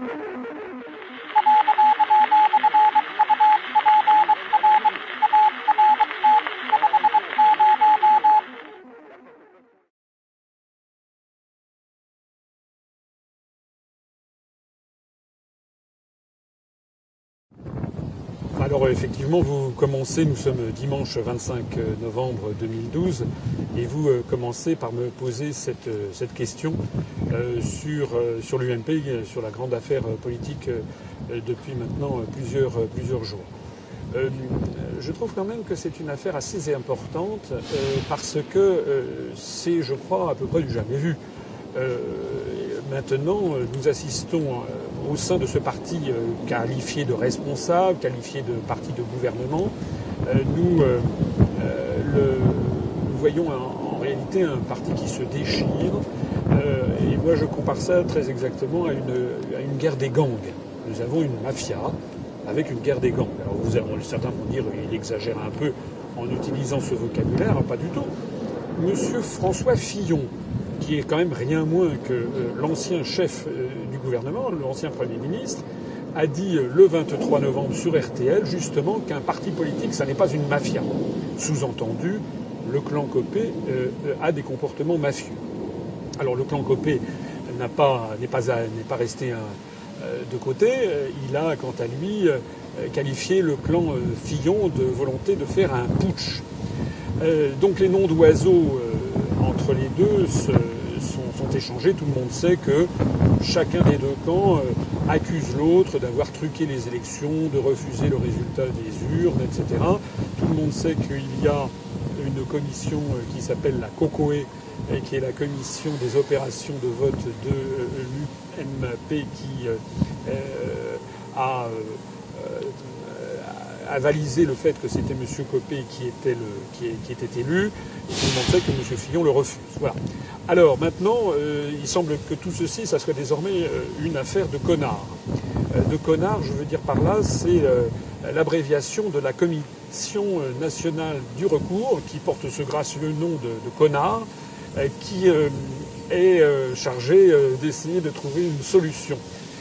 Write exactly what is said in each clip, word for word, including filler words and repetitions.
Alors effectivement, vous commencez, nous sommes dimanche vingt-cinq novembre deux mille douze, et vous euh, commencez par me poser cette, euh, cette question euh, sur, euh, sur l'U M P, sur la grande affaire politique euh, depuis maintenant plusieurs, plusieurs jours. Euh, je trouve quand même que c'est une affaire assez importante euh, parce que euh, c'est, je crois, à peu près du jamais vu. Euh, maintenant, nous assistons euh, au sein de ce parti euh, qualifié de responsable, qualifié de parti de gouvernement, euh, nous, euh, euh, le, nous voyons en, en réalité un parti qui se déchire. Euh, et moi, je compare ça très exactement à une, à une guerre des gangs. Nous avons une mafia avec une guerre des gangs. Alors vous, certains vont dire qu'il exagère un peu en utilisant ce vocabulaire, pas du tout. Monsieur François Fillon, qui est quand même rien moins que euh, l'ancien chef euh, du gouvernement, l'ancien Premier ministre, a dit euh, le vingt-trois novembre sur R T L justement qu'un parti politique, ça n'est pas une mafia. Sous-entendu, le clan Copé euh, a des comportements mafieux. Alors le clan Copé n'a pas, n'est pas, n'est pas resté un, euh, de côté. Il a, quant à lui, euh, qualifié le clan euh, Fillon de volonté de faire un putsch. Euh, donc les noms d'oiseaux euh, entre les deux se, sont, sont échangés. Tout le monde sait que chacun des deux camps euh, accuse l'autre d'avoir truqué les élections, de refuser le résultat des urnes, et cetera. Tout le monde sait qu'il y a une commission euh, qui s'appelle la COCOE, et qui est la commission des opérations de vote de euh, l'U M P qui euh, euh, a euh, avalisé le fait que c'était M. Copé qui était, le, qui, qui était élu, et tout le monde sait que M. Fillon le refuse. Voilà. Alors maintenant, euh, il semble que tout ceci, ça soit désormais euh, une affaire de connards. Euh, de connards, je veux dire par là, c'est euh, l'abréviation de la Commission nationale du recours, qui porte ce gracieux nom de, de connard, euh, qui euh, est euh, chargée euh, d'essayer de trouver une solution.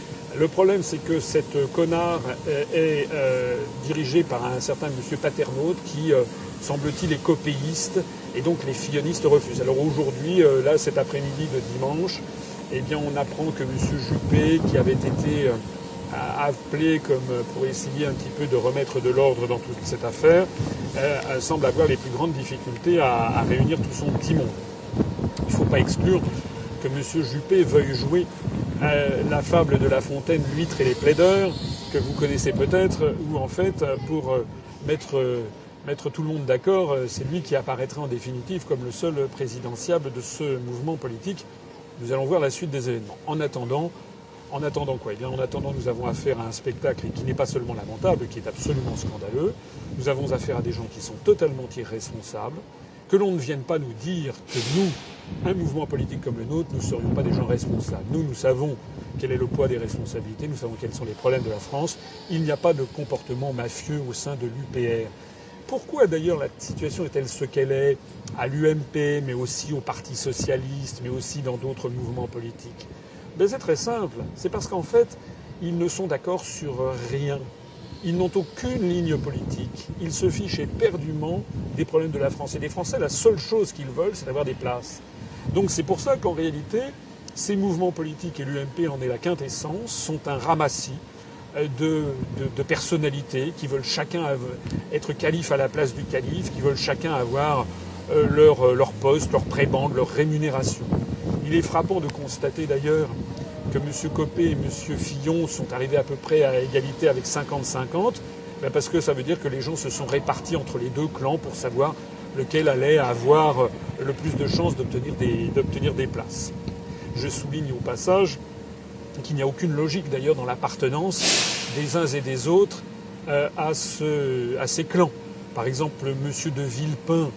Le problème, c'est que cette connard est euh, dirigée par un certain monsieur Paternotte qui, euh, semble-t-il, est copéiste, et donc les fillonistes refusent. Alors aujourd'hui, euh, là, cet après-midi de dimanche, eh bien, on apprend que monsieur Juppé, qui avait été euh, appelé comme pour essayer un petit peu de remettre de l'ordre dans toute cette affaire, euh, semble avoir les plus grandes difficultés à, à réunir tout son petit monde. Il ne faut pas exclure que M. Juppé veuille jouer euh, la fable de La Fontaine, l'huître et les plaideurs, que vous connaissez peut-être, où en fait, pour euh, mettre, euh, mettre tout le monde d'accord, euh, c'est lui qui apparaîtra en définitive comme le seul présidentiable de ce mouvement politique. Nous allons voir la suite des événements. En attendant, en attendant quoi ? Eh bien, en attendant, nous avons affaire à un spectacle qui n'est pas seulement lamentable, qui est absolument scandaleux. Nous avons affaire à des gens qui sont totalement irresponsables. Que l'on ne vienne pas nous dire que nous, un mouvement politique comme le nôtre, nous ne serions pas des gens responsables. Nous, nous savons quel est le poids des responsabilités, nous savons quels sont les problèmes de la France. Il n'y a pas de comportement mafieux au sein de l'U P R. Pourquoi d'ailleurs la situation est-elle ce qu'elle est à l'U M P, mais aussi au Parti socialiste, mais aussi dans d'autres mouvements politiques ? Ben, c'est très simple. C'est parce qu'en fait, ils ne sont d'accord sur rien. Ils n'ont aucune ligne politique. Ils se fichent éperdument des problèmes de la France. Et des Français, la seule chose qu'ils veulent, c'est d'avoir des places. Donc c'est pour ça qu'en réalité, ces mouvements politiques, et l'U M P en est la quintessence, sont un ramassis de, de, de personnalités qui veulent chacun être calife à la place du calife, qui veulent chacun avoir leur, leur poste, leur prébande, leur rémunération. Il est frappant de constater d'ailleurs que M. Copé et M. Fillon sont arrivés à peu près à égalité avec cinquante cinquante, ben parce que ça veut dire que les gens se sont répartis entre les deux clans pour savoir lequel allait avoir le plus de chances d'obtenir des, d'obtenir des places. Je souligne au passage qu'il n'y a aucune logique d'ailleurs dans l'appartenance des uns et des autres euh, à, ce, à ces clans. Par exemple, M. de Villepin,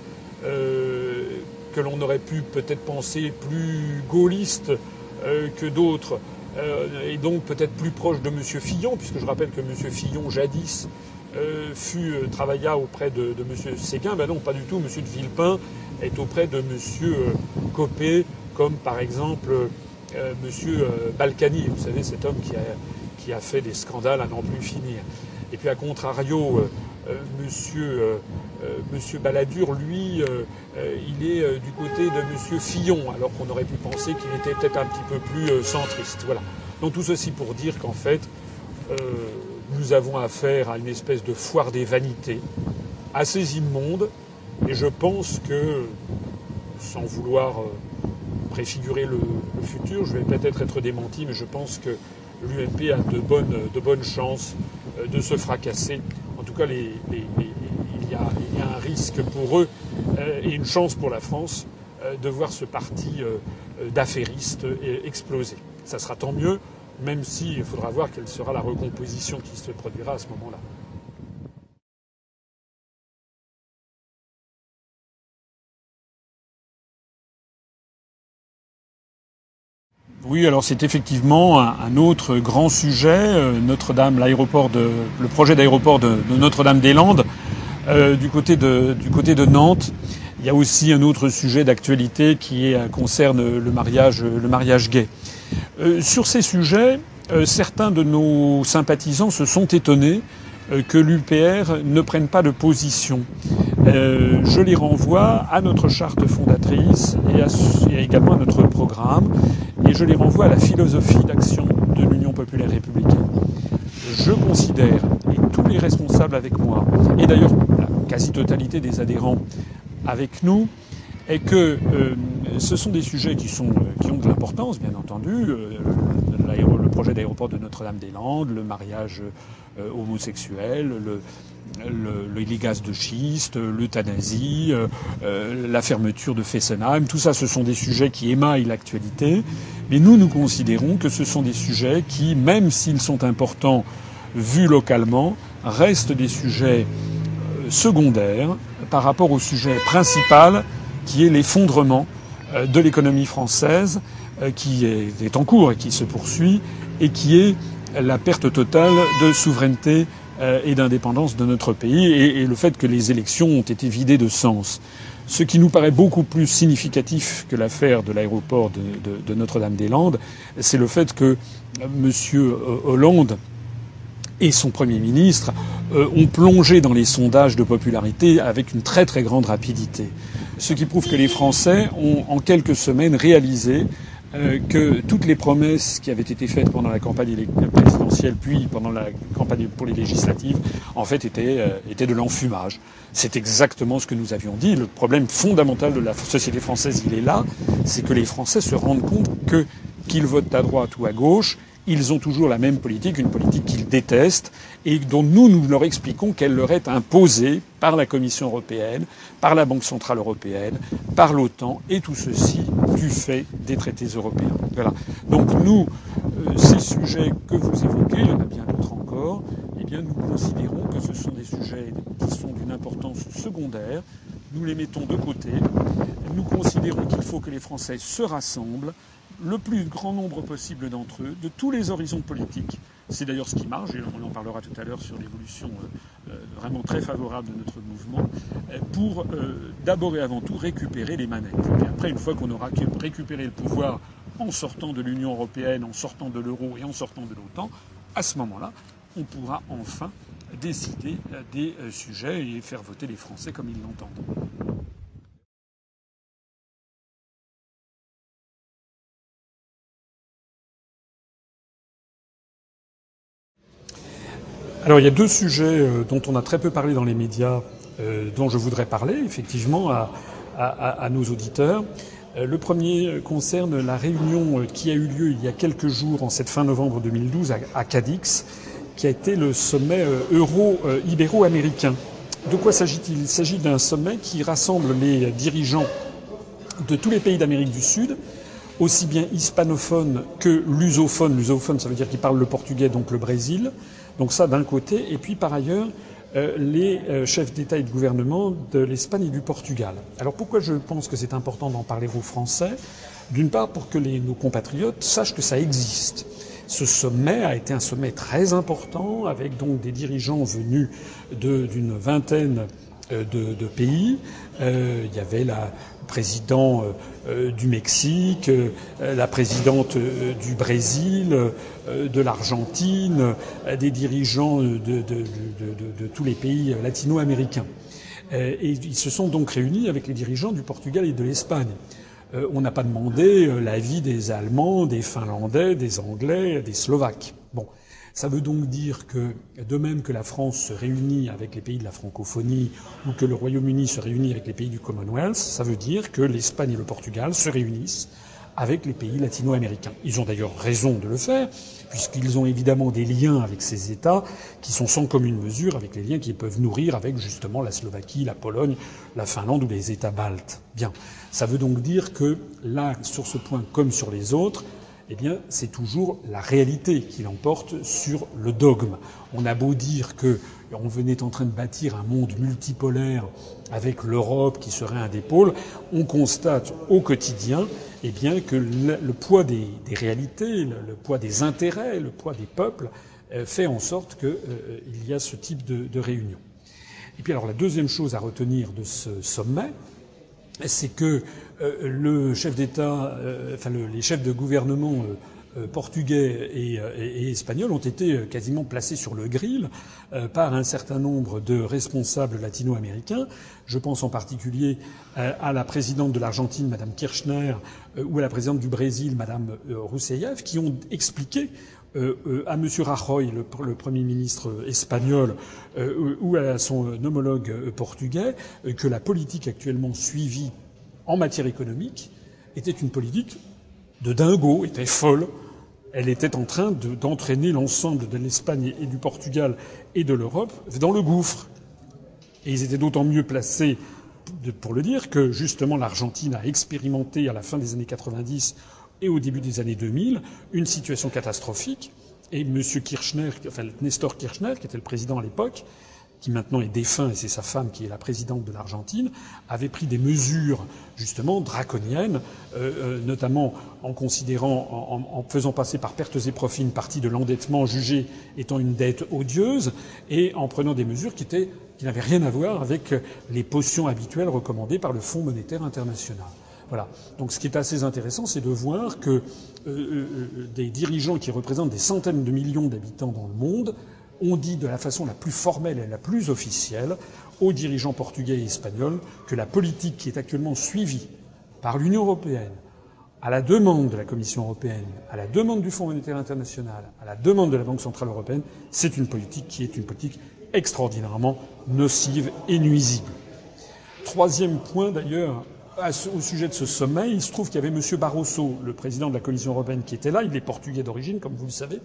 euh, que l'on aurait pu peut-être penser plus gaulliste Euh, que d'autres, euh, et donc peut-être plus proche de M. Fillon, puisque je rappelle que M. Fillon, jadis, euh, fut, euh, travailla auprès de, de M. Séguin. Ben non, pas du tout. M. de Villepin est auprès de M. Euh, Copé, comme par exemple euh, Monsieur euh, Balkany, vous savez, cet homme qui a, qui a fait des scandales à n'en plus finir. Et puis à contrario, euh, euh, Monsieur, euh, euh, Monsieur Balladur, lui, euh, euh, il est euh, du côté de Monsieur Fillon, alors qu'on aurait pu penser qu'il était peut-être un petit peu plus euh, centriste. Voilà. Donc tout ceci pour dire qu'en fait, euh, nous avons affaire à une espèce de foire des vanités assez immonde, et je pense que, sans vouloir euh, préfigurer le, le futur, je vais peut-être être démenti, mais je pense que l'U M P a de bonnes, de bonnes chances euh, de se fracasser. En tout cas, les, les, les, il, y a, il y a un risque pour eux euh, et une chance pour la France euh, de voir ce parti euh, d'affairistes euh, exploser. Ça sera tant mieux, même s'il faudra voir quelle sera la recomposition qui se produira à ce moment-là. Oui, alors c'est effectivement un, un autre grand sujet, euh, Notre-Dame, l'aéroport de, le projet d'aéroport de, de Notre-Dame-des-Landes, euh, du côté de, du côté de Nantes. Il y a aussi un autre sujet d'actualité qui est, concerne le mariage, le mariage gay. Euh, sur ces sujets, euh, certains de nos sympathisants se sont étonnés euh, que l'U P R ne prenne pas de position. Euh, je les renvoie à notre charte fondatrice et, à, et également à notre programme, et je les renvoie à la philosophie d'action de l'Union populaire républicaine. Je considère, et tous les responsables avec moi, et d'ailleurs la quasi-totalité des adhérents avec nous, est que euh, ce sont des sujets qui, sont, qui ont de l'importance, bien entendu. Euh, le projet d'aéroport de Notre-Dame-des-Landes, le mariage euh, homosexuel, le, le, les gaz de schiste, l'euthanasie, euh, la fermeture de Fessenheim, tout ça, ce sont des sujets qui émaillent l'actualité. Mais nous, nous considérons que ce sont des sujets qui, même s'ils sont importants vus localement, restent des sujets secondaires par rapport au sujet principal qui est l'effondrement de l'économie française, qui est en cours et qui se poursuit, et qui est la perte totale de souveraineté et d'indépendance de notre pays, et le fait que les élections ont été vidées de sens. Ce qui nous paraît beaucoup plus significatif que l'affaire de l'aéroport de, de, de Notre-Dame-des-Landes, c'est le fait que M. Hollande et son Premier ministre euh, ont plongé dans les sondages de popularité avec une très très grande rapidité. Ce qui prouve que les Français ont en quelques semaines réalisé euh, que toutes les promesses qui avaient été faites pendant la campagne présidentielle puis pendant la campagne pour les législatives, en fait, étaient, euh, étaient de l'enfumage. C'est exactement ce que nous avions dit. Le problème fondamental de la société française, il est là, c'est que les Français se rendent compte que, qu'ils votent à droite ou à gauche, ils ont toujours la même politique, une politique qu'ils détestent et dont nous, nous leur expliquons qu'elle leur est imposée par la Commission européenne, par la Banque centrale européenne, par l'OTAN, et tout ceci du fait des traités européens. Voilà. Donc nous, euh, ces sujets que vous évoquez, il y en a bien d'autres encore, eh bien nous considérons que ce sont des sujets qui sont d'une importance secondaire. Nous les mettons de côté. Nous considérons qu'il faut que les Français se rassemblent, le plus grand nombre possible d'entre eux, de tous les horizons politiques. C'est d'ailleurs ce qui marche, et on en parlera tout à l'heure sur l'évolution euh, vraiment très favorable de notre mouvement, pour euh, d'abord et avant tout récupérer les manettes. Et après, une fois qu'on aura récupéré le pouvoir en sortant de l'Union européenne, en sortant de l'euro et en sortant de l'OTAN, à ce moment-là, on pourra enfin décider des sujets et faire voter les Français comme ils l'entendent. Alors il y a deux sujets dont on a très peu parlé dans les médias, euh, dont je voudrais parler effectivement à, à, à nos auditeurs. Le premier concerne la réunion qui a eu lieu il y a quelques jours, en cette fin novembre deux mille douze, à, à Cadix, qui a été le sommet euro-ibéro-américain. De quoi s'agit-il ? Il s'agit d'un sommet qui rassemble les dirigeants de tous les pays d'Amérique du Sud, aussi bien hispanophones que lusophones. Lusophone, ça veut dire qu'ils parlent le portugais, donc le Brésil. Donc ça d'un côté, et puis par ailleurs euh, les euh, chefs d'État et de gouvernement de l'Espagne et du Portugal. Alors pourquoi je pense que c'est important d'en parler aux Français ? D'une part pour que les, nos compatriotes sachent que ça existe. Ce sommet a été un sommet très important, avec donc des dirigeants venus de, d'une vingtaine de, de pays. Euh, il y avait la président euh, du Mexique, euh, la présidente euh, du Brésil, euh, de l'Argentine, euh, des dirigeants de, de, de, de, de tous les pays latino-américains. Euh, et ils se sont donc réunis avec les dirigeants du Portugal et de l'Espagne. Euh, on n'a pas demandé euh, l'avis des Allemands, des Finlandais, des Anglais, des Slovaques. Bon. Ça veut donc dire que, de même que la France se réunit avec les pays de la francophonie ou que le Royaume-Uni se réunit avec les pays du Commonwealth, ça veut dire que l'Espagne et le Portugal se réunissent avec les pays latino-américains. Ils ont d'ailleurs raison de le faire, puisqu'ils ont évidemment des liens avec ces États qui sont sans commune mesure avec les liens qu'ils peuvent nourrir avec justement la Slovaquie, la Pologne, la Finlande ou les États baltes. Bien. Ça veut donc dire que là, sur ce point comme sur les autres, eh bien, c'est toujours la réalité qui l'emporte sur le dogme. On a beau dire que on venait en train de bâtir un monde multipolaire avec l'Europe qui serait un des pôles, on constate au quotidien, eh bien, que le, le poids des, des réalités, le, le poids des intérêts, le poids des peuples euh, fait en sorte qu'il euh, y a ce type de, de réunion. Et puis alors la deuxième chose à retenir de ce sommet, c'est que euh, le chef d'État, euh, enfin le, les chefs de gouvernement euh, euh, portugais et, et, et espagnols ont été quasiment placés sur le grill euh, par un certain nombre de responsables latino-américains. Je pense en particulier euh, à la présidente de l'Argentine, Madame Kirchner, euh, ou à la présidente du Brésil, Madame euh, Rousseff, qui ont expliqué Euh, euh, à M. Rajoy, le, le Premier ministre espagnol, euh, ou à son homologue euh, portugais, euh, que la politique actuellement suivie en matière économique était une politique de dingo, était folle. Elle était en train de, d'entraîner l'ensemble de l'Espagne et du Portugal et de l'Europe dans le gouffre. Et ils étaient d'autant mieux placés pour le dire que, justement, l'Argentine a expérimenté à la fin des années quatre-vingt-dix et au début des années deux mille, une situation catastrophique. Et M. Kirchner, enfin Nestor Kirchner, qui était le président à l'époque, qui maintenant est défunt et c'est sa femme qui est la présidente de l'Argentine, avait pris des mesures justement draconiennes, euh, euh, notamment en considérant, en, en faisant passer par pertes et profits une partie de l'endettement jugé étant une dette odieuse, et en prenant des mesures qui étaient qui n'avaient rien à voir avec les potions habituelles recommandées par le Fonds monétaire international. Voilà. Donc ce qui est assez intéressant, c'est de voir que euh, euh, des dirigeants qui représentent des centaines de millions d'habitants dans le monde ont dit de la façon la plus formelle et la plus officielle aux dirigeants portugais et espagnols que la politique qui est actuellement suivie par l'Union européenne, à la demande de la Commission européenne, à la demande du Fonds monétaire international, à la demande de la Banque centrale européenne, c'est une politique qui est une politique extraordinairement nocive et nuisible. Troisième point d'ailleurs, au sujet de ce sommet, il se trouve qu'il y avait M. Barroso, le président de la Commission européenne, qui était là. Il est portugais d'origine, comme vous le savez.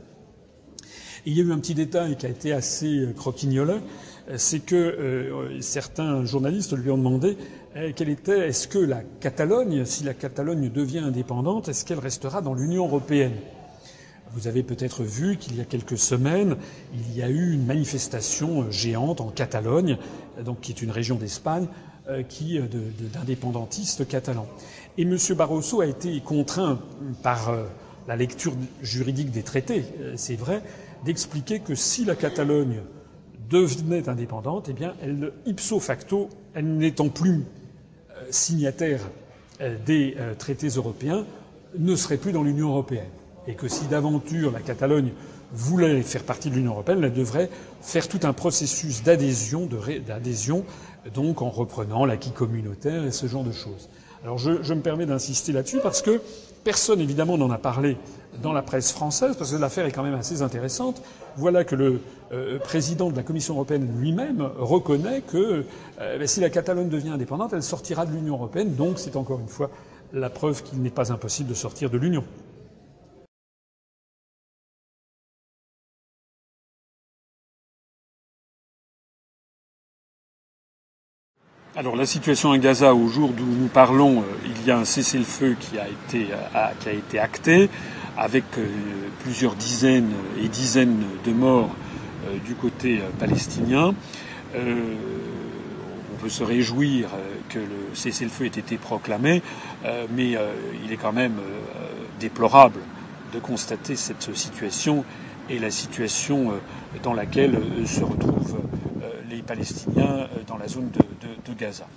Et il y a eu un petit détail qui a été assez croquignolet, c'est que euh, certains journalistes lui ont demandé euh, quelle était, est-ce que la Catalogne, si la Catalogne devient indépendante, est-ce qu'elle restera dans l'Union européenne ? Vous avez peut-être vu qu'il y a quelques semaines, il y a eu une manifestation géante en Catalogne, donc qui est une région d'Espagne, qui de, de, d'indépendantistes catalans. Et M. Barroso a été contraint par euh, la lecture juridique des traités, euh, c'est vrai, d'expliquer que si la Catalogne devenait indépendante, eh bien, elle, ipso facto, elle n'étant plus euh, signataire euh, des euh, traités européens, ne serait plus dans l'Union européenne. Et que si d'aventure la Catalogne voulait faire partie de l'Union européenne, elle devrait faire tout un processus d'adhésion, de ré, d'adhésion, donc en reprenant l'acquis communautaire et ce genre de choses. Alors je, je me permets d'insister là-dessus parce que personne évidemment n'en a parlé dans la presse française, parce que l'affaire est quand même assez intéressante. Voilà que le euh, président de la Commission européenne lui-même reconnaît que euh, si la Catalogne devient indépendante, elle sortira de l'Union européenne. Donc c'est encore une fois la preuve qu'il n'est pas impossible de sortir de l'Union. Alors la situation à Gaza, au jour d'où nous parlons, il y a un cessez-le-feu qui a été, qui a été acté, avec plusieurs dizaines et dizaines de morts du côté palestinien. Euh, on peut se réjouir que le cessez-le-feu ait été proclamé, mais il est quand même déplorable de constater cette situation et la situation dans laquelle se retrouvent les Palestiniens dans la zone de, de, de Gaza.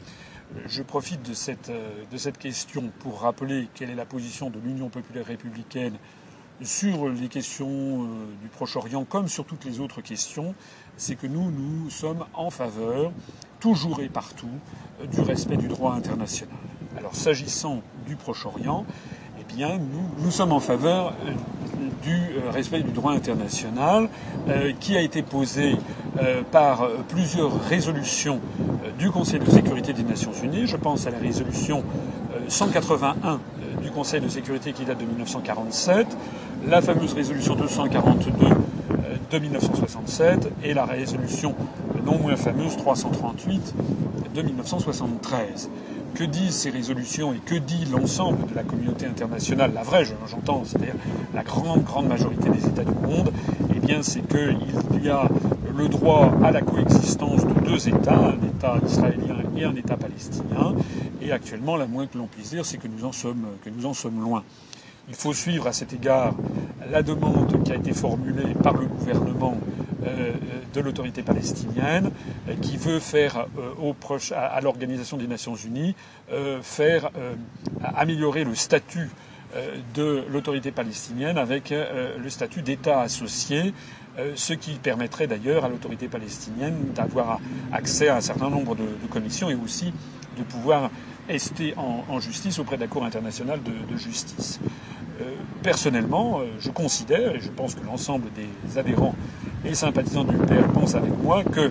Je profite de cette, de cette question pour rappeler quelle est la position de l'Union populaire républicaine sur les questions du Proche-Orient comme sur toutes les autres questions. C'est que nous, nous sommes en faveur, toujours et partout, du respect du droit international. Alors s'agissant du Proche-Orient, eh bien, nous, nous sommes en faveur du respect du droit international euh, qui a été posé euh, par plusieurs résolutions euh, du Conseil de sécurité des Nations Unies. Je pense à la résolution euh, cent quatre-vingt-un euh, du Conseil de sécurité qui date de mille neuf cent quarante-sept, la fameuse résolution deux cent quarante-deux euh, de mille neuf cent soixante-sept et la résolution non moins fameuse trois cent trente-huit de mille neuf cent soixante-treize. Que disent ces résolutions et que dit l'ensemble de la communauté internationale, la vraie, j'entends, c'est-à-dire la grande, grande majorité des États du monde, eh bien, c'est qu'il y a le droit à la coexistence de deux États, un État israélien et un État palestinien. Et actuellement, la moins que l'on puisse dire, c'est que nous en sommes, que nous en sommes loin. Il faut suivre à cet égard la demande qui a été formulée par le gouvernement euh, de l'autorité palestinienne, euh, qui veut faire euh, au proche, à, à l'Organisation des Nations Unies euh, faire euh, améliorer le statut euh, de l'autorité palestinienne avec euh, le statut d'État associé, euh, ce qui permettrait d'ailleurs à l'autorité palestinienne d'avoir accès à un certain nombre de, de commissions et aussi de pouvoir ester en, en justice auprès de la Cour internationale de, de justice. Euh, personnellement, euh, je considère, et je pense que l'ensemble des adhérents et sympathisants du P R pensent avec moi, que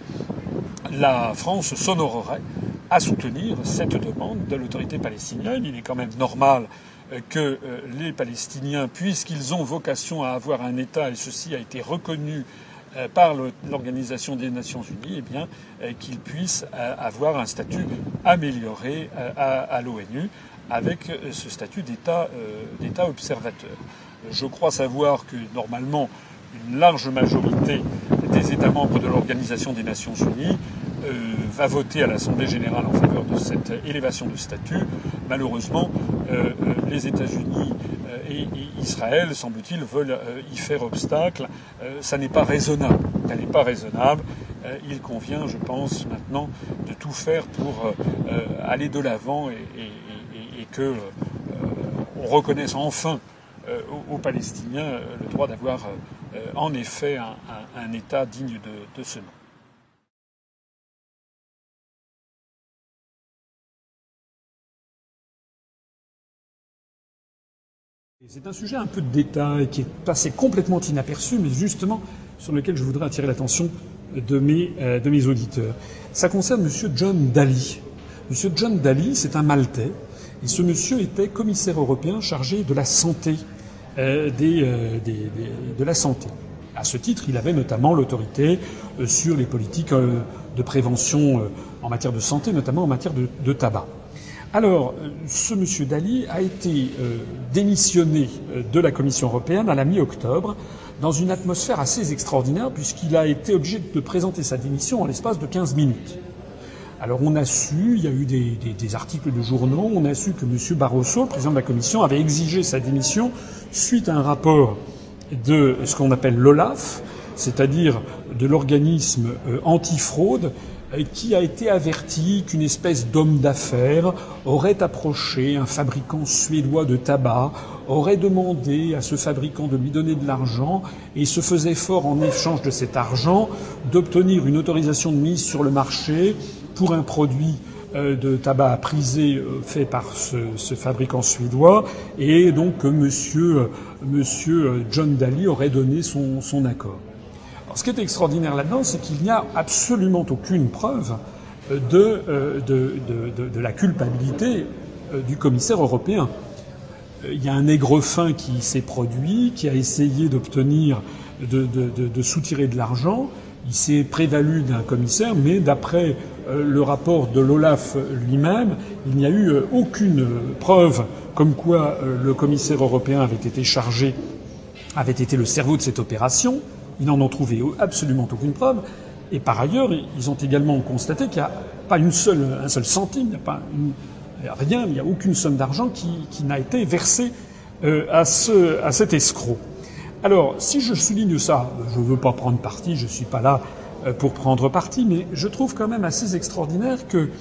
la France s'honorerait à soutenir cette demande de l'autorité palestinienne. Il est quand même normal euh, que euh, les Palestiniens, puisqu'ils ont vocation à avoir un État, et ceci a été reconnu euh, par l'Organisation des Nations Unies, eh bien, euh, qu'ils puissent euh, avoir un statut amélioré euh, à, à l'ONU, avec ce statut d'État, euh, d'État observateur. Je crois savoir que, normalement, une large majorité des États membres de l'Organisation des Nations Unies euh, va voter à l'Assemblée générale en faveur de cette élévation de statut. Malheureusement, euh, les États-Unis euh, et, et Israël, semble-t-il, veulent euh, y faire obstacle. Euh, ça n'est pas raisonnable. Ça n'est pas raisonnable. Euh, il convient, je pense, maintenant de tout faire pour euh, aller de l'avant et, et et que euh, on reconnaisse enfin euh, aux, aux Palestiniens euh, le droit d'avoir euh, en effet un, un, un État digne de, de ce nom. C'est un sujet un peu de détail qui est passé complètement inaperçu, mais justement sur lequel je voudrais attirer l'attention de mes, euh, de mes auditeurs. Ça concerne M. John Dalli. M. John Dalli, c'est un Maltais. Et ce monsieur était commissaire européen chargé de la santé, euh, des, euh, des, des, de la santé. À ce titre, il avait notamment l'autorité euh, sur les politiques euh, de prévention euh, en matière de santé, notamment en matière de, de tabac. Alors, euh, ce monsieur Dalli a été euh, démissionné euh, de la Commission européenne à la mi-octobre, dans une atmosphère assez extraordinaire, puisqu'il a été obligé de présenter sa démission en l'espace de quinze minutes. Alors on a su, il y a eu des, des, des articles de journaux, on a su que M. Barroso, le président de la Commission, avait exigé sa démission suite à un rapport de ce qu'on appelle l'OLAF, c'est-à-dire de l'organisme euh, antifraude, euh, qui a été averti qu'une espèce d'homme d'affaires aurait approché un fabricant suédois de tabac, aurait demandé à ce fabricant de lui donner de l'argent et se faisait fort en échange de cet argent d'obtenir une autorisation de mise sur le marché pour un produit euh, de tabac prisé euh, fait par ce, ce fabricant suédois, et donc euh, monsieur, euh, monsieur John Dalli aurait donné son, son accord. Alors, ce qui est extraordinaire là-dedans, c'est qu'il n'y a absolument aucune preuve de, euh, de, de, de, de la culpabilité euh, du commissaire européen. Il y a un aigrefin qui s'est produit, qui a essayé d'obtenir, de, de, de, de soutirer de l'argent. Il s'est prévalu d'un commissaire, mais d'après euh, le rapport de l'OLAF lui-même, il n'y a eu euh, aucune preuve comme quoi euh, le commissaire européen avait été chargé, avait été le cerveau de cette opération. Ils n'en ont trouvé absolument aucune preuve. Et par ailleurs, ils ont également constaté qu'il n'y a pas une seule, un seul centime, il n'y a pas une, rien, il n'y a aucune somme d'argent qui, qui n'a été versée euh, à, ce, à cet escroc. Alors, si je souligne ça, je ne veux pas prendre parti, je ne suis pas là pour prendre parti, mais je trouve quand même assez extraordinaire que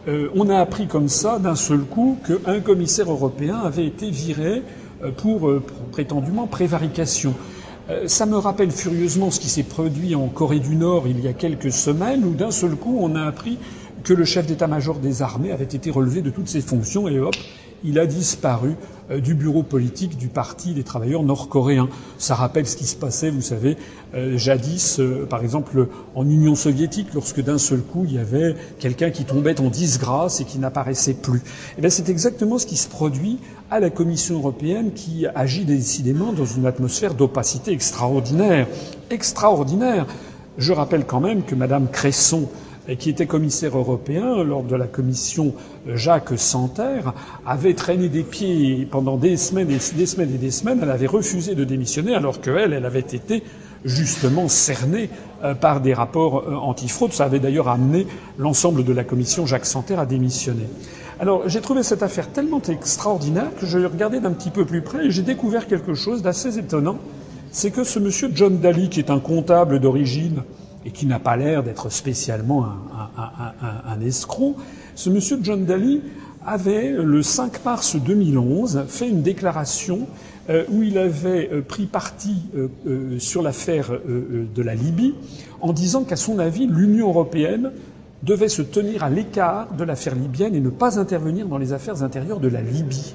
euh, on a appris comme ça, d'un seul coup, qu'un commissaire européen avait été viré pour, euh, pour prétendument prévarication. Euh, ça me rappelle furieusement ce qui s'est produit en Corée du Nord il y a quelques semaines, où d'un seul coup, on a appris que le chef d'état-major des armées avait été relevé de toutes ses fonctions et hop, il a disparu euh, du bureau politique du Parti des travailleurs nord-coréens. Ça rappelle ce qui se passait, vous savez, euh, jadis, euh, par exemple, en Union soviétique, lorsque d'un seul coup, il y avait quelqu'un qui tombait en disgrâce et qui n'apparaissait plus. Eh bien, c'est exactement ce qui se produit à la Commission européenne, qui agit décidément dans une atmosphère d'opacité extraordinaire. Extraordinaire. Je rappelle quand même que Madame Cresson, qui était commissaire européen lors de la commission Jacques Santer, avait traîné des pieds pendant des semaines et des semaines et des semaines. Elle avait refusé de démissionner alors qu'elle, elle avait été justement cernée par des rapports antifraude. Ça avait d'ailleurs amené l'ensemble de la commission Jacques Santer à démissionner. Alors j'ai trouvé cette affaire tellement extraordinaire que je l'ai regardée d'un petit peu plus près et j'ai découvert quelque chose d'assez étonnant. C'est que ce monsieur John Daly, qui est un comptable d'origine, et qui n'a pas l'air d'être spécialement un, un, un, un, un escroc, ce monsieur John Daly avait, le cinq mars deux mille onze, fait une déclaration euh, où il avait euh, pris parti euh, euh, sur l'affaire euh, de la Libye, en disant qu'à son avis, l'Union européenne devait se tenir à l'écart de l'affaire libyenne et ne pas intervenir dans les affaires intérieures de la Libye.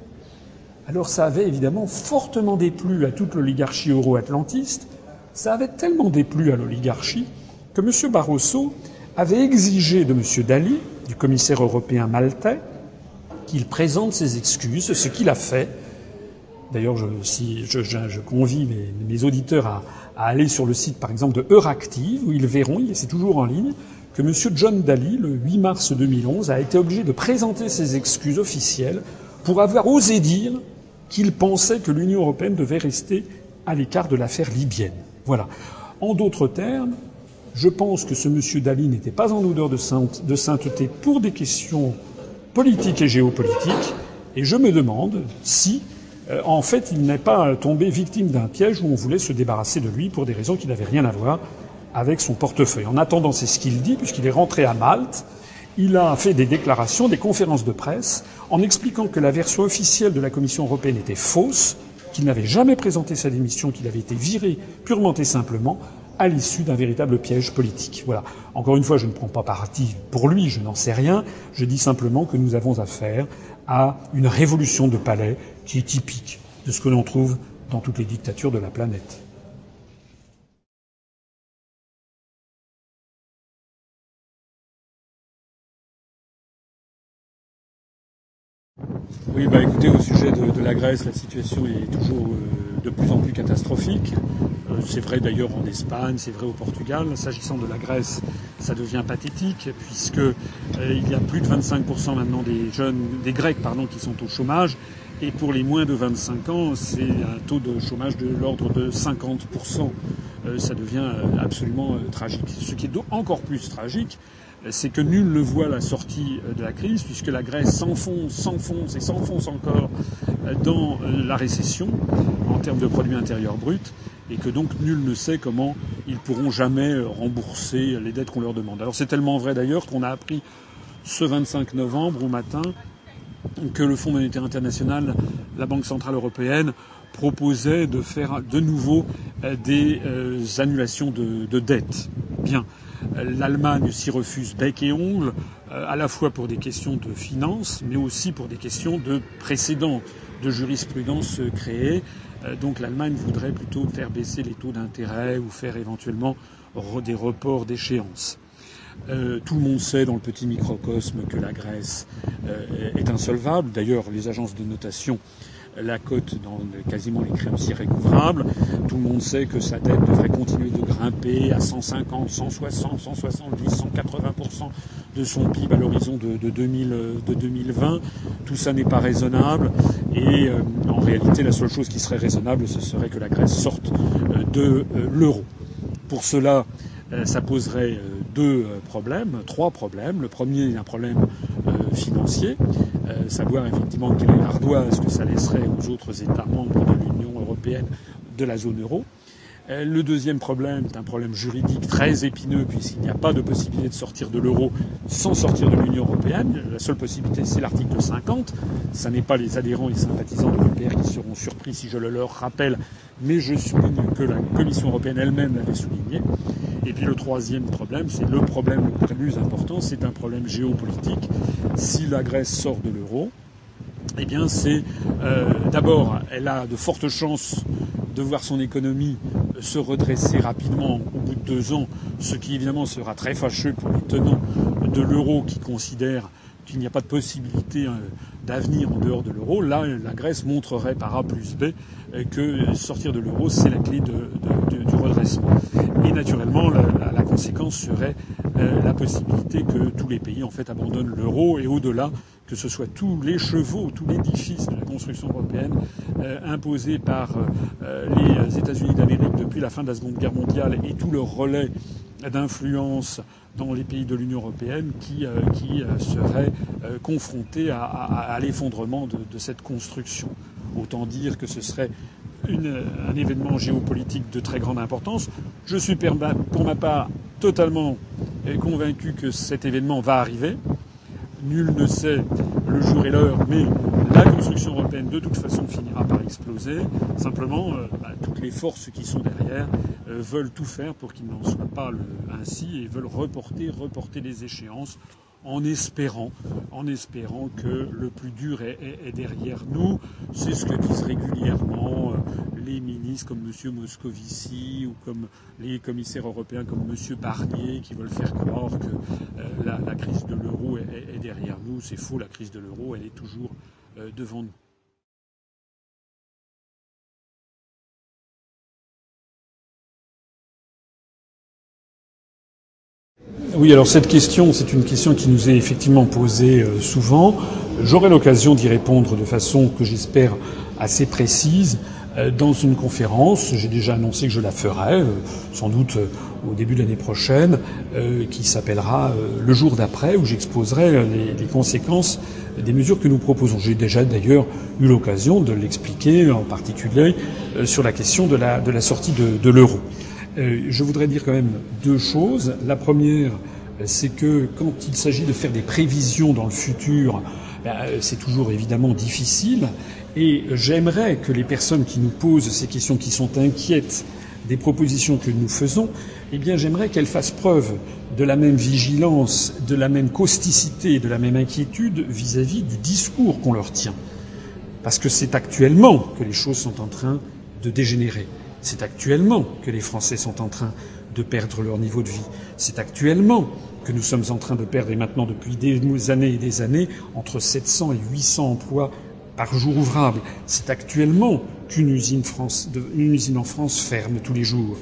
Alors ça avait évidemment fortement déplu à toute l'oligarchie euro-atlantiste. Ça avait tellement déplu à l'oligarchie que M. Barroso avait exigé de M. Dalli, du commissaire européen maltais, qu'il présente ses excuses, ce qu'il a fait. D'ailleurs, je, si, je, je, je convie mes, mes auditeurs à, à aller sur le site, par exemple, de Euractiv, où ils verront, et c'est toujours en ligne, que M. John Dalli, le huit mars deux mille onze, a été obligé de présenter ses excuses officielles pour avoir osé dire qu'il pensait que l'Union européenne devait rester à l'écart de l'affaire libyenne. Voilà. En d'autres termes, je pense que ce monsieur Dalli n'était pas en odeur de, sainte, de sainteté pour des questions politiques et géopolitiques, et je me demande si, euh, en fait, il n'est pas tombé victime d'un piège où on voulait se débarrasser de lui pour des raisons qui n'avaient rien à voir avec son portefeuille. En attendant, c'est ce qu'il dit, puisqu'il est rentré à Malte. Il a fait des déclarations, des conférences de presse, en expliquant que la version officielle de la Commission européenne était fausse, qu'il n'avait jamais présenté sa démission, qu'il avait été viré purement et simplement à l'issue d'un véritable piège politique. Voilà. Encore une fois, je ne prends pas parti pour lui, je n'en sais rien. Je dis simplement que nous avons affaire à une révolution de palais qui est typique de ce que l'on trouve dans toutes les dictatures de la planète. Oui, bah écoutez, au sujet de, de la Grèce, la situation est toujours euh, de plus en plus catastrophique. Euh, c'est vrai d'ailleurs en Espagne, c'est vrai au Portugal. S'agissant de la Grèce, ça devient pathétique puisque euh, il y a plus de vingt-cinq pour cent maintenant des jeunes, des Grecs, pardon, qui sont au chômage. Et pour les moins de vingt-cinq ans, c'est un taux de chômage de l'ordre de cinquante pour cent. Euh, ça devient absolument euh, tragique. Ce qui est encore plus tragique, c'est que nul ne voit la sortie de la crise, puisque la Grèce s'enfonce, s'enfonce et s'enfonce encore dans la récession en termes de produit intérieur brut, et que donc nul ne sait comment ils pourront jamais rembourser les dettes qu'on leur demande. Alors c'est tellement vrai d'ailleurs qu'on a appris ce vingt-cinq novembre au matin que le Fonds monétaire international, la Banque centrale européenne, proposait de faire de nouveau des euh, annulations de, de dettes. Bien. L'Allemagne s'y refuse bec et ongle, euh, à la fois pour des questions de finances, mais aussi pour des questions de précédents, de jurisprudence créée. Euh, donc l'Allemagne voudrait plutôt faire baisser les taux d'intérêt ou faire éventuellement re- des reports d'échéance. Euh, tout le monde sait dans le petit microcosme que la Grèce euh, est insolvable. D'ailleurs, les agences de notation la cote dans quasiment les créanciers recouvrables. Tout le monde sait que sa dette devrait continuer de grimper à cent cinquante, cent soixante, cent soixante-dix, cent quatre-vingts pour cent de son P I B à l'horizon de, de, deux mille, de deux mille vingt. Tout ça n'est pas raisonnable. Et euh, en réalité, la seule chose qui serait raisonnable, ce serait que la Grèce sorte euh, de euh, l'euro. Pour cela, euh, ça poserait euh, deux euh, problèmes, trois problèmes. Le premier est un problème euh, financier. Euh, savoir effectivement quelle est l'ardoise que ça laisserait aux autres États membres de l'Union européenne de la zone euro. Le deuxième problème est un problème juridique très épineux puisqu'il n'y a pas de possibilité de sortir de l'euro sans sortir de l'Union européenne. La seule possibilité, c'est l'article cinquante. Ce n'est pas les adhérents et sympathisants de l'E P R qui seront surpris si je le leur rappelle, mais je souligne que la Commission européenne elle-même l'avait souligné. Et puis le troisième problème, c'est le problème le plus important, c'est un problème géopolitique. Si la Grèce sort de l'euro, eh bien c'est euh, d'abord, elle a de fortes chances de voir son économie se redresser rapidement au bout de deux ans, ce qui évidemment sera très fâcheux pour les tenants de l'euro qui considèrent qu'il n'y a pas de possibilité d'avenir en dehors de l'euro. Là, la Grèce montrerait par A plus B que sortir de l'euro, c'est la clé de, de, de, du redressement. Et naturellement, la, la, la conséquence serait euh, la possibilité que tous les pays en fait abandonnent l'euro et au-delà, que ce soit tous les chevaux, tout l'édifice de la construction européenne euh, imposé par euh, les États-Unis d'Amérique depuis la fin de la Seconde Guerre mondiale et tout leur relais d'influence dans les pays de l'Union européenne qui, euh, qui euh, seraient euh, confrontés à, à, à l'effondrement de, de cette construction. Autant dire que ce serait une, un événement géopolitique de très grande importance. Je suis pour ma part totalement convaincu que cet événement va arriver. Nul ne sait le jour et l'heure, mais la construction européenne de toute façon finira par exploser. Simplement, euh, bah, toutes les forces qui sont derrière euh, veulent tout faire pour qu'il n'en soit pas le, ainsi et veulent reporter, reporter les échéances en espérant, en espérant que le plus dur est, est, est derrière nous. C'est ce que disent régulièrement euh, les ministres comme M. Moscovici ou comme les commissaires européens comme M. Barnier qui veulent faire croire que euh, la, la crise de l'euro est, est, est derrière nous. C'est faux, la crise de l'euro, elle est toujours euh, devant nous. Oui, alors cette question, c'est une question qui nous est effectivement posée euh, souvent. J'aurai l'occasion d'y répondre de façon que j'espère assez précise euh, dans une conférence. J'ai déjà annoncé que je la ferai, euh, sans doute euh, au début de l'année prochaine, euh, qui s'appellera euh, Le jour d'après, où j'exposerai les, les conséquences des mesures que nous proposons. J'ai déjà d'ailleurs eu l'occasion de l'expliquer, en particulier euh, sur la question de la, de la sortie de, de l'euro. Euh, je voudrais dire quand même deux choses. La première, c'est que quand il s'agit de faire des prévisions dans le futur, ben, c'est toujours évidemment difficile. Et j'aimerais que les personnes qui nous posent ces questions, qui sont inquiètes des propositions que nous faisons, eh bien, j'aimerais qu'elles fassent preuve de la même vigilance, de la même causticité, de la même inquiétude vis-à-vis du discours qu'on leur tient. Parce que c'est actuellement que les choses sont en train de dégénérer. C'est actuellement que les Français sont en train de perdre leur niveau de vie. C'est actuellement que nous sommes en train de perdre, et maintenant depuis des années et des années, entre sept cents et huit cents emplois par jour ouvrable. C'est actuellement qu'une usine, France, une usine en France ferme tous les jours.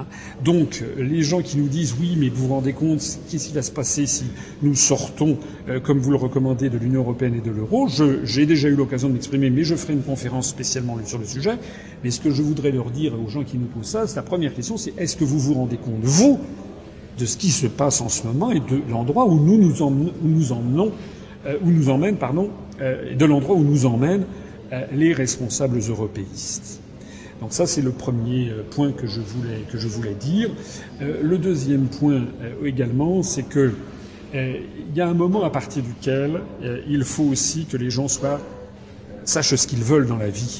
Donc les gens qui nous disent oui, mais vous vous rendez compte, qu'est-ce qui va se passer si nous sortons, euh, comme vous le recommandez, de l'Union européenne et de l'euro? J'ai déjà eu l'occasion de m'exprimer, mais je ferai une conférence spécialement sur le sujet. Mais ce que je voudrais leur dire aux gens qui nous posent ça, c'est la première question, c'est est-ce que vous vous rendez compte, vous, de ce qui se passe en ce moment et de l'endroit où nous nous, emmenons, où nous emmenons, euh, où nous emmènent, pardon, euh, de l'endroit où nous emmènent euh, les responsables européistes. Donc ça, c'est le premier point que je voulais, que je voulais dire. Euh, le deuxième point euh, également, c'est que euh, il y a un moment à partir duquel euh, il faut aussi que les gens soient, sachent ce qu'ils veulent dans la vie.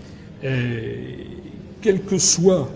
Euh, quelles que soient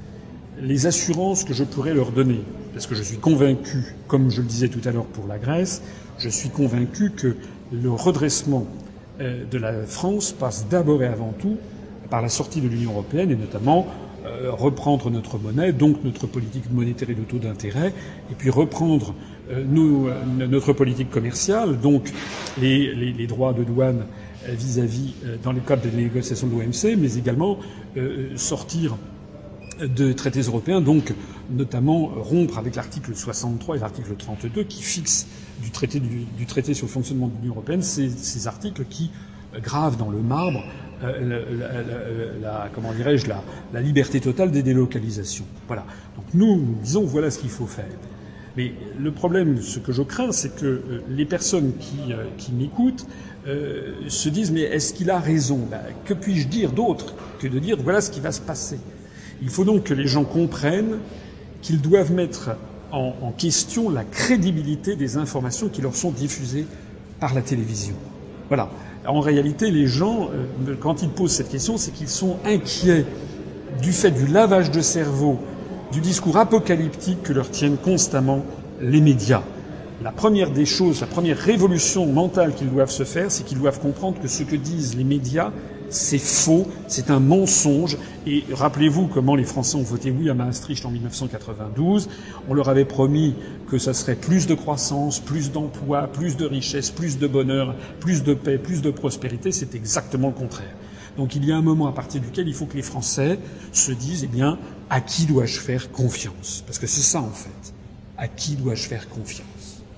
les assurances que je pourrais leur donner, parce que je suis convaincu, comme je le disais tout à l'heure pour la Grèce, je suis convaincu que le redressement euh, de la France passe d'abord et avant tout par la sortie de l'Union européenne et notamment euh, reprendre notre monnaie, donc notre politique monétaire et de taux d'intérêt, et puis reprendre euh, nos, euh, notre politique commerciale, donc les, les, les droits de douane vis-à-vis, euh, dans le cadre des négociations de l'O M C, mais également euh, sortir de traités européens, donc notamment rompre avec l'article soixante-trois et l'article trente-deux qui fixent du traité, du, du traité sur le fonctionnement de l'Union européenne ces, ces articles qui gravent dans le marbre Euh, la, la, la, comment dirais-je, la, la liberté totale des délocalisations. Voilà. Donc nous, nous disons voilà ce qu'il faut faire. Mais le problème, ce que je crains, c'est que euh, les personnes qui, euh, qui m'écoutent euh, se disent mais est-ce qu'il a raison? Ben, que puis-je dire d'autre que de dire voilà ce qui va se passer? Il faut donc que les gens comprennent qu'ils doivent mettre en, en question la crédibilité des informations qui leur sont diffusées par la télévision. Voilà. En réalité, les gens, euh, quand ils posent cette question, c'est qu'ils sont inquiets du fait du lavage de cerveau, du discours apocalyptique que leur tiennent constamment les médias. La première des choses, la première révolution mentale qu'ils doivent se faire, c'est qu'ils doivent comprendre que ce que disent les médias, c'est faux, c'est un mensonge. Et rappelez-vous comment les Français ont voté oui à Maastricht en mille neuf cent quatre-vingt-douze. On leur avait promis que ça serait plus de croissance, plus d'emplois, plus de richesse, plus de bonheur, plus de paix, plus de prospérité. C'est exactement le contraire. Donc il y a un moment à partir duquel il faut que les Français se disent, eh bien, à qui dois-je faire confiance? Parce que c'est ça, en fait. À qui dois-je faire confiance?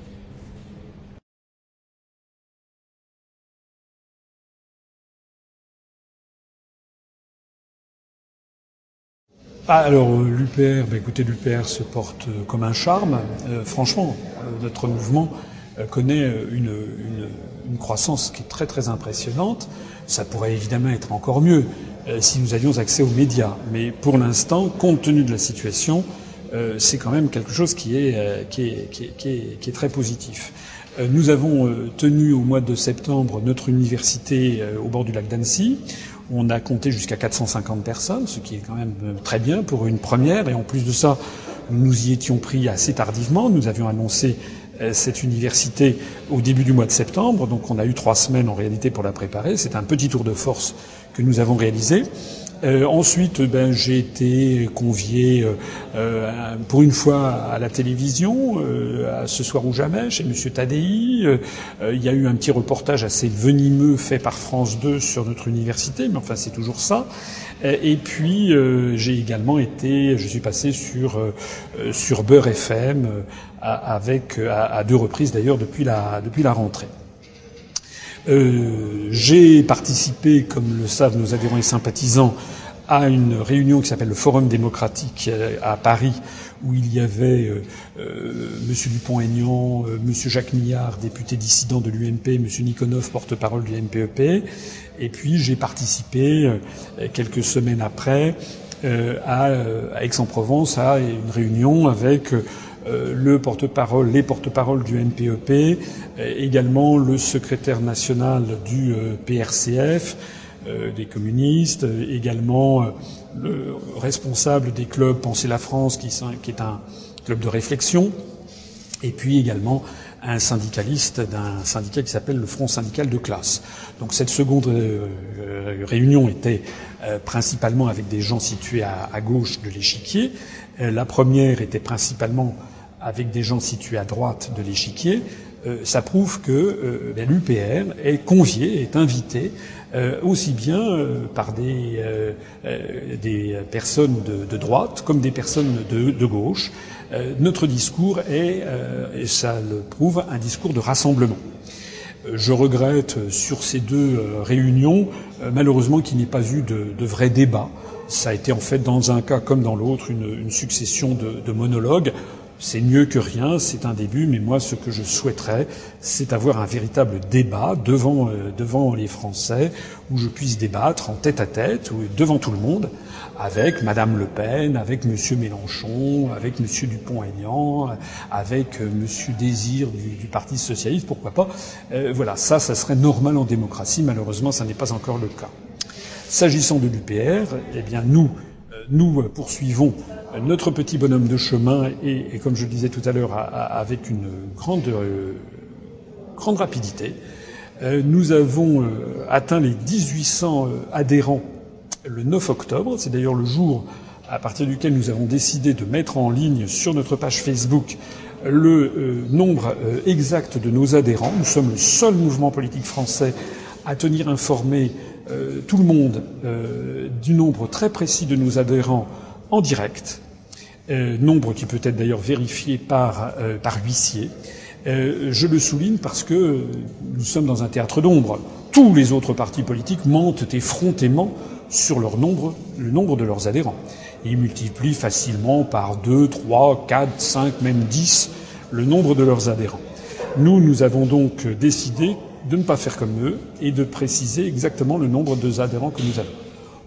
Ah, alors, euh, l'U P R, bah, écoutez, l'U P R se porte euh, comme un charme. Euh, franchement, euh, notre mouvement euh, connaît une, une, une croissance qui est très très impressionnante. Ça pourrait évidemment être encore mieux euh, si nous avions accès aux médias. Mais pour l'instant, compte tenu de la situation, euh, c'est quand même quelque chose qui est, euh, qui est, qui est, qui est, qui est très positif. Euh, nous avons euh, tenu au mois de septembre notre université euh, au bord du lac d'Annecy. On a compté jusqu'à quatre cent cinquante personnes, ce qui est quand même très bien pour une première. Et en plus de ça, nous y étions pris assez tardivement. Nous avions annoncé cette université au début du mois de septembre. Donc on a eu trois semaines en réalité pour la préparer. C'est un petit tour de force que nous avons réalisé. Euh, ensuite, ben, j'ai été convié euh, euh, pour une fois à la télévision, euh, à Ce soir ou jamais, chez Monsieur Tadei. Euh, euh, il y a eu un petit reportage assez venimeux fait par France deux sur notre université, mais enfin c'est toujours ça. Euh, et puis euh, j'ai également été, je suis passé sur euh, sur Beurre F M euh, avec à, à deux reprises d'ailleurs depuis la depuis la rentrée. Euh, j'ai participé, comme le savent nos adhérents et sympathisants, à une réunion qui s'appelle le Forum démocratique à Paris, où il y avait euh, euh, M. Dupont-Aignan, euh, M. Jacques Millard, député dissident de l'U M P, M. Nikonov, porte-parole du M P E P. Et puis j'ai participé, euh, quelques semaines après, euh, à, à Aix-en-Provence, à une réunion avec euh, le porte-parole, les porte-paroles du M P E P, également le secrétaire national du P R C F, des communistes, également le responsable des clubs Penser la France, qui est un club de réflexion, et puis également un syndicaliste d'un syndicat qui s'appelle le Front syndical de classe. Donc cette seconde réunion était principalement avec des gens situés à, à gauche de l'échiquier. La première était principalement avec des gens situés à droite de l'échiquier. Euh, ça prouve que euh, ben, l'U P R est convié, est invité, euh, aussi bien euh, par des, euh, euh, des personnes de, de droite comme des personnes de, de gauche. Euh, notre discours est, euh, et ça le prouve, un discours de rassemblement. Euh, je regrette sur ces deux euh, réunions, euh, malheureusement, qu'il n'y ait pas eu de, de vrai débat. Ça a été en fait, dans un cas comme dans l'autre, une, une succession de, de monologues. C'est mieux que rien, c'est un début, mais moi, ce que je souhaiterais, c'est avoir un véritable débat devant euh, devant les Français, où je puisse débattre en tête à tête, ou devant tout le monde, avec Madame Le Pen, avec Monsieur Mélenchon, avec Monsieur Dupont-Aignan, avec euh, Monsieur Désir du, du Parti socialiste, pourquoi pas. Euh, voilà, ça, ça serait normal en démocratie. Malheureusement, ça n'est pas encore le cas. S'agissant de l'U P R, eh bien, nous, euh, nous poursuivons notre petit bonhomme de chemin et, et comme je le disais tout à l'heure, avec une grande, euh, grande rapidité. Euh, nous avons euh, atteint les dix-huit cents euh, adhérents le neuf octobre. C'est d'ailleurs le jour à partir duquel nous avons décidé de mettre en ligne sur notre page Facebook le euh, nombre euh, exact de nos adhérents. Nous sommes le seul mouvement politique français à tenir informé euh, tout le monde euh, du nombre très précis de nos adhérents en direct, euh, nombre qui peut être d'ailleurs vérifié par, euh, par huissier. Euh, je le souligne parce que nous sommes dans un théâtre d'ombre. Tous les autres partis politiques mentent effrontément sur leur nombre, le nombre de leurs adhérents. Ils multiplient facilement par deux, trois, quatre, cinq, même dix le nombre de leurs adhérents. Nous, nous avons donc décidé de ne pas faire comme eux et de préciser exactement le nombre d'adhérents que nous avons.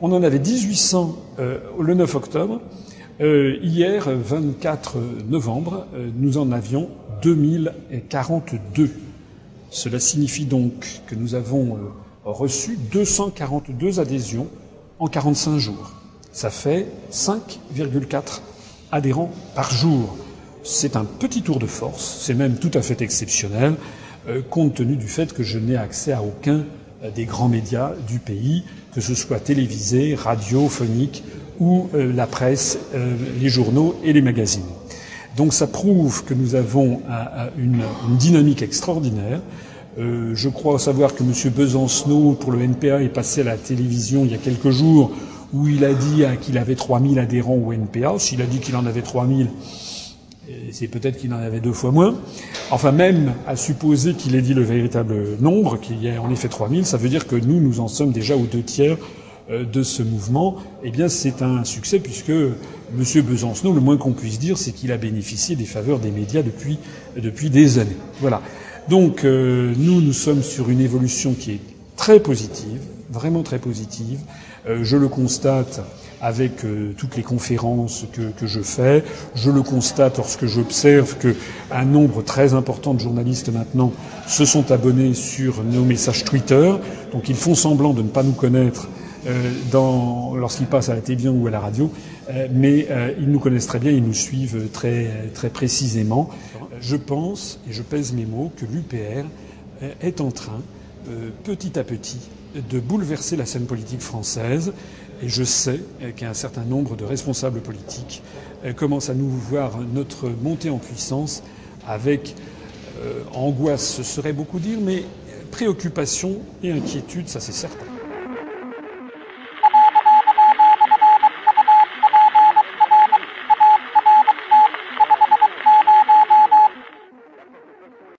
On en avait dix-huit cents euh, le neuf octobre. Euh, hier, vingt-quatre novembre, euh, nous en avions deux mille quarante-deux. Cela signifie donc que nous avons euh, reçu deux cent quarante-deux adhésions en quarante-cinq jours. Ça fait cinq virgule quatre adhérents par jour. C'est un petit tour de force, c'est même tout à fait exceptionnel, euh, compte tenu du fait que je n'ai accès à aucun euh, des grands médias du pays, que ce soit télévisé, radiophonique ou euh, la presse, euh, les journaux et les magazines. Donc ça prouve que nous avons un, une, une dynamique extraordinaire. Euh, je crois savoir que M. Besancenot, pour le N P A, est passé à la télévision il y a quelques jours, où il a dit qu'il avait trois mille adhérents au N P A. S'il a dit qu'il en avait trois mille, c'est peut-être qu'il en avait deux fois moins. Enfin, même à supposer qu'il ait dit le véritable nombre, qu'il y ait en effet trois mille, ça veut dire que nous, nous en sommes déjà aux deux tiers de ce mouvement. Eh bien, c'est un succès puisque M. Besancenot, le moins qu'on puisse dire, c'est qu'il a bénéficié des faveurs des médias depuis, depuis des années. Voilà. Donc, euh, nous, nous sommes sur une évolution qui est très positive, vraiment très positive. Euh, je le constate avec euh, toutes les conférences que, que je fais. Je le constate lorsque j'observe qu'un nombre très important de journalistes maintenant se sont abonnés sur nos messages Twitter. Donc ils font semblant de ne pas nous connaître euh, dans, lorsqu'ils passent à la télévision ou à la radio, euh, mais euh, ils nous connaissent très bien, ils nous suivent très, très précisément. Je pense, et je pèse mes mots, que l'U P R est en train, euh, petit à petit, de bouleverser la scène politique française. Et je sais qu'un certain nombre de responsables politiques commencent à nous voir notre montée en puissance avec euh, angoisse, ce serait beaucoup dire, mais préoccupation et inquiétude, ça c'est certain.